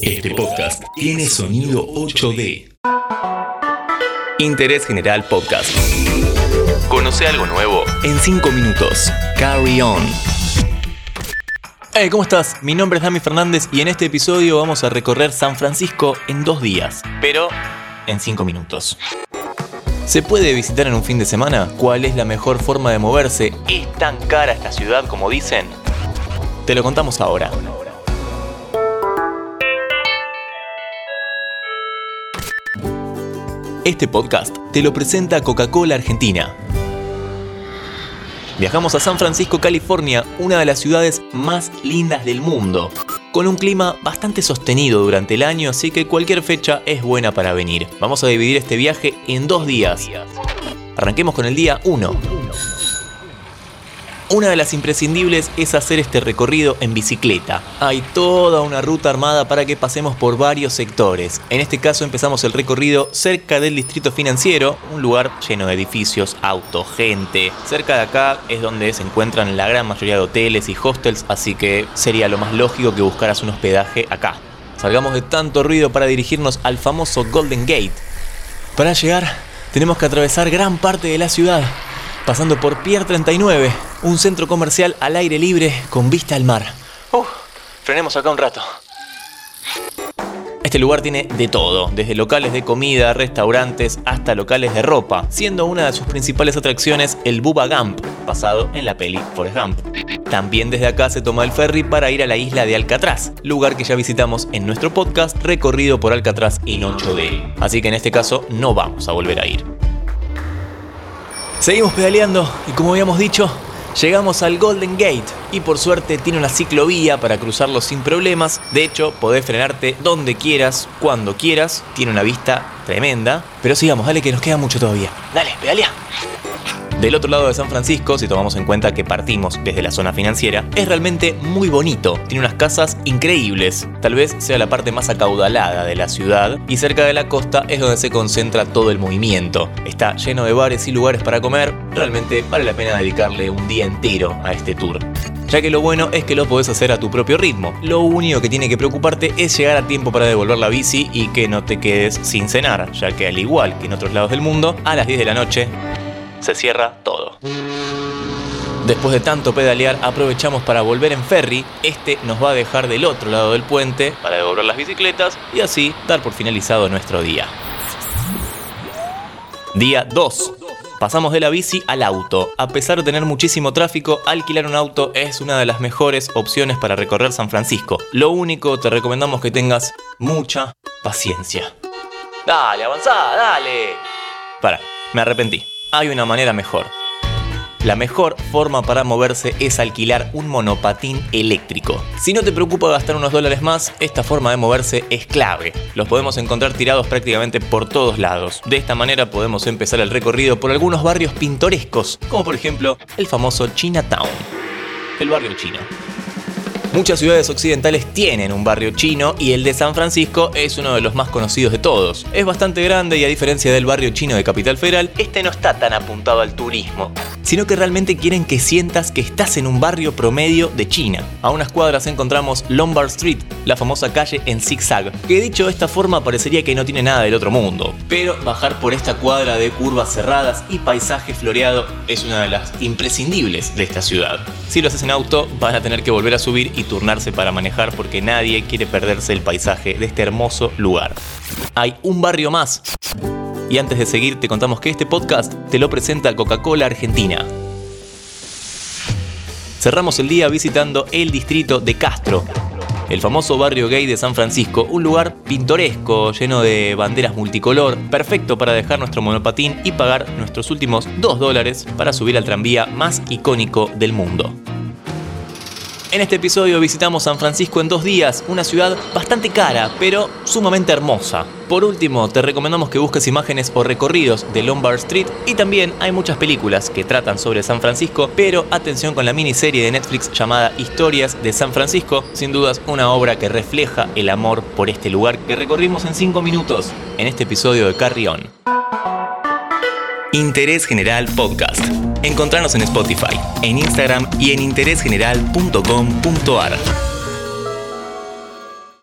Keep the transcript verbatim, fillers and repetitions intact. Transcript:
Este podcast tiene sonido ocho D. Interés General Podcast. Conoce algo nuevo en cinco minutos. Carry on. Hey, ¿cómo estás? Mi nombre es Dami Fernández y en este episodio vamos a recorrer San Francisco en dos días, pero en cinco minutos. ¿Se puede visitar en un fin de semana? ¿Cuál es la mejor forma de moverse? ¿Es tan cara esta ciudad como dicen? Te lo contamos ahora. Este podcast te lo presenta Coca-Cola Argentina. Viajamos a San Francisco, California, una de las ciudades más lindas del mundo, con un clima bastante sostenido durante el año, así que cualquier fecha es buena para venir. Vamos a dividir este viaje en dos días. Arranquemos con el día uno. Una de las imprescindibles es hacer este recorrido en bicicleta. Hay toda una ruta armada para que pasemos por varios sectores. En este caso empezamos el recorrido cerca del distrito financiero, un lugar lleno de edificios, autos, gente. Cerca de acá es donde se encuentran la gran mayoría de hoteles y hostels, así que sería lo más lógico que buscaras un hospedaje acá. Salgamos de tanto ruido para dirigirnos al famoso Golden Gate. Para llegar tenemos que atravesar gran parte de la ciudad, pasando por Pier treinta y nueve, un centro comercial al aire libre con vista al mar. Uh, frenemos acá un rato. Este lugar tiene de todo, desde locales de comida, restaurantes, hasta locales de ropa, siendo una de sus principales atracciones el Bubba Gump, basado en la peli Forrest Gump. También desde acá se toma el ferry para ir a la isla de Alcatraz, lugar que ya visitamos en nuestro podcast Recorrido por Alcatraz en ocho D. Así que en este caso no vamos a volver a ir. Seguimos pedaleando y como habíamos dicho, llegamos al Golden Gate y por suerte tiene una ciclovía para cruzarlo sin problemas. De hecho, podés frenarte donde quieras, cuando quieras, tiene una vista tremenda. Pero sigamos, dale que nos queda mucho todavía. Dale, pedalea. Del otro lado de San Francisco, si tomamos en cuenta que partimos desde la zona financiera, es realmente muy bonito. Tiene unas casas increíbles. Tal vez sea la parte más acaudalada de la ciudad y cerca de la costa es donde se concentra todo el movimiento. Está lleno de bares y lugares para comer. Realmente vale la pena dedicarle un día entero a este tour, ya que lo bueno es que lo podés hacer a tu propio ritmo. Lo único que tiene que preocuparte es llegar a tiempo para devolver la bici y que no te quedes sin cenar, ya que al igual que en otros lados del mundo, a las diez de la noche se cierra todo. Después de tanto pedalear, aprovechamos para volver en ferry. Este nos va a dejar del otro lado del puente para devolver las bicicletas y así dar por finalizado nuestro día. Día dos. Pasamos de la bici al auto. A pesar de tener muchísimo tráfico, alquilar un auto es una de las mejores opciones para recorrer San Francisco. Lo único, te recomendamos que tengas mucha paciencia. Dale, avanzá, dale. Para, me arrepentí. Hay una manera mejor. La mejor forma para moverse es alquilar un monopatín eléctrico. Si no te preocupa gastar unos dólares más, esta forma de moverse es clave. Los podemos encontrar tirados prácticamente por todos lados. De esta manera podemos empezar el recorrido por algunos barrios pintorescos, como por ejemplo el famoso Chinatown, el barrio chino. Muchas ciudades occidentales tienen un barrio chino y el de San Francisco es uno de los más conocidos de todos. Es bastante grande y a diferencia del barrio chino de Capital Federal, este no está tan apuntado al turismo, sino que realmente quieren que sientas que estás en un barrio promedio de China. A unas cuadras encontramos Lombard Street, la famosa calle en zigzag, que dicho de esta forma parecería que no tiene nada del otro mundo. Pero bajar por esta cuadra de curvas cerradas y paisaje floreado es una de las imprescindibles de esta ciudad. Si lo haces en auto, van a tener que volver a subir y turnarse para manejar porque nadie quiere perderse el paisaje de este hermoso lugar. Hay un barrio más. Y antes de seguir, te contamos que este podcast te lo presenta Coca-Cola Argentina. Cerramos el día visitando el distrito de Castro, el famoso barrio gay de San Francisco, un lugar pintoresco, lleno de banderas multicolor, perfecto para dejar nuestro monopatín y pagar nuestros últimos dos dólares para subir al tranvía más icónico del mundo. En este episodio visitamos San Francisco en dos días, una ciudad bastante cara, pero sumamente hermosa. Por último, te recomendamos que busques imágenes o recorridos de Lombard Street y también hay muchas películas que tratan sobre San Francisco, pero atención con la miniserie de Netflix llamada Historias de San Francisco, sin dudas una obra que refleja el amor por este lugar que recorrimos en cinco minutos en este episodio de Carry On. Interés General Podcast. Encontranos en Spotify, en Instagram y en interés general punto com punto a r.